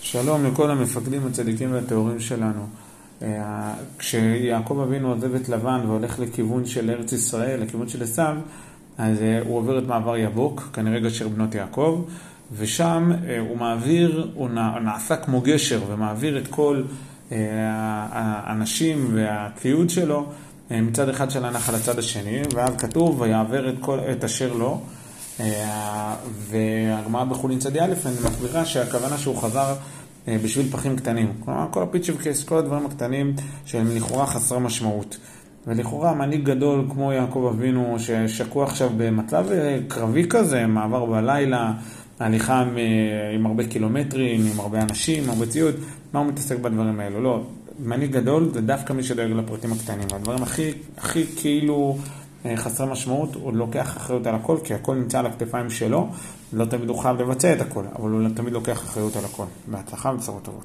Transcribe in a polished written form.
שלום לכל המפקדים הצדיקים והטהורים שלנו. כשיעקב אבינו עוזב את לבן והולך לכיוון של ארץ ישראל, לכיוון של עשיו, אז הוא עובר את מעבר יבוק, כנראה גשר בנות יעקב, ושם הוא נעשה כמו גשר ומעביר את כל האנשים והציוד שלו מצד אחד של הנחל לצד השני, ואז כתוב ויעבר את אשר לו, והגמרא בחולין צדי א' מסבירה שהכוונה שהוא חזר בשביל פחים קטנים, כלומר כל הפיצ'יב קייס, כל הדברים הקטנים שהם לכאורה חסרי משמעות. ולכאורה מנהיג גדול כמו יעקב אבינו ששקוע עכשיו במצב קרבי כזה, מעבר בלילה, הליכה עם הרבה קילומטרים, עם הרבה אנשים, עם הרבה ציוד, מה הוא מתעסק בדברים האלו? לא, מנהיג גדול זה דווקא מי שדואג לפרטים הקטנים, והדברים הכי כאילו חסרי משמעות, הוא לוקח אחריות על הכל, כי הכל נמצא על הכתפיים שלו, לא תמיד הוא חייב לבצע את הכל, אבל הוא תמיד לוקח אחריות על הכל. בהצלחה ובשורות טובות.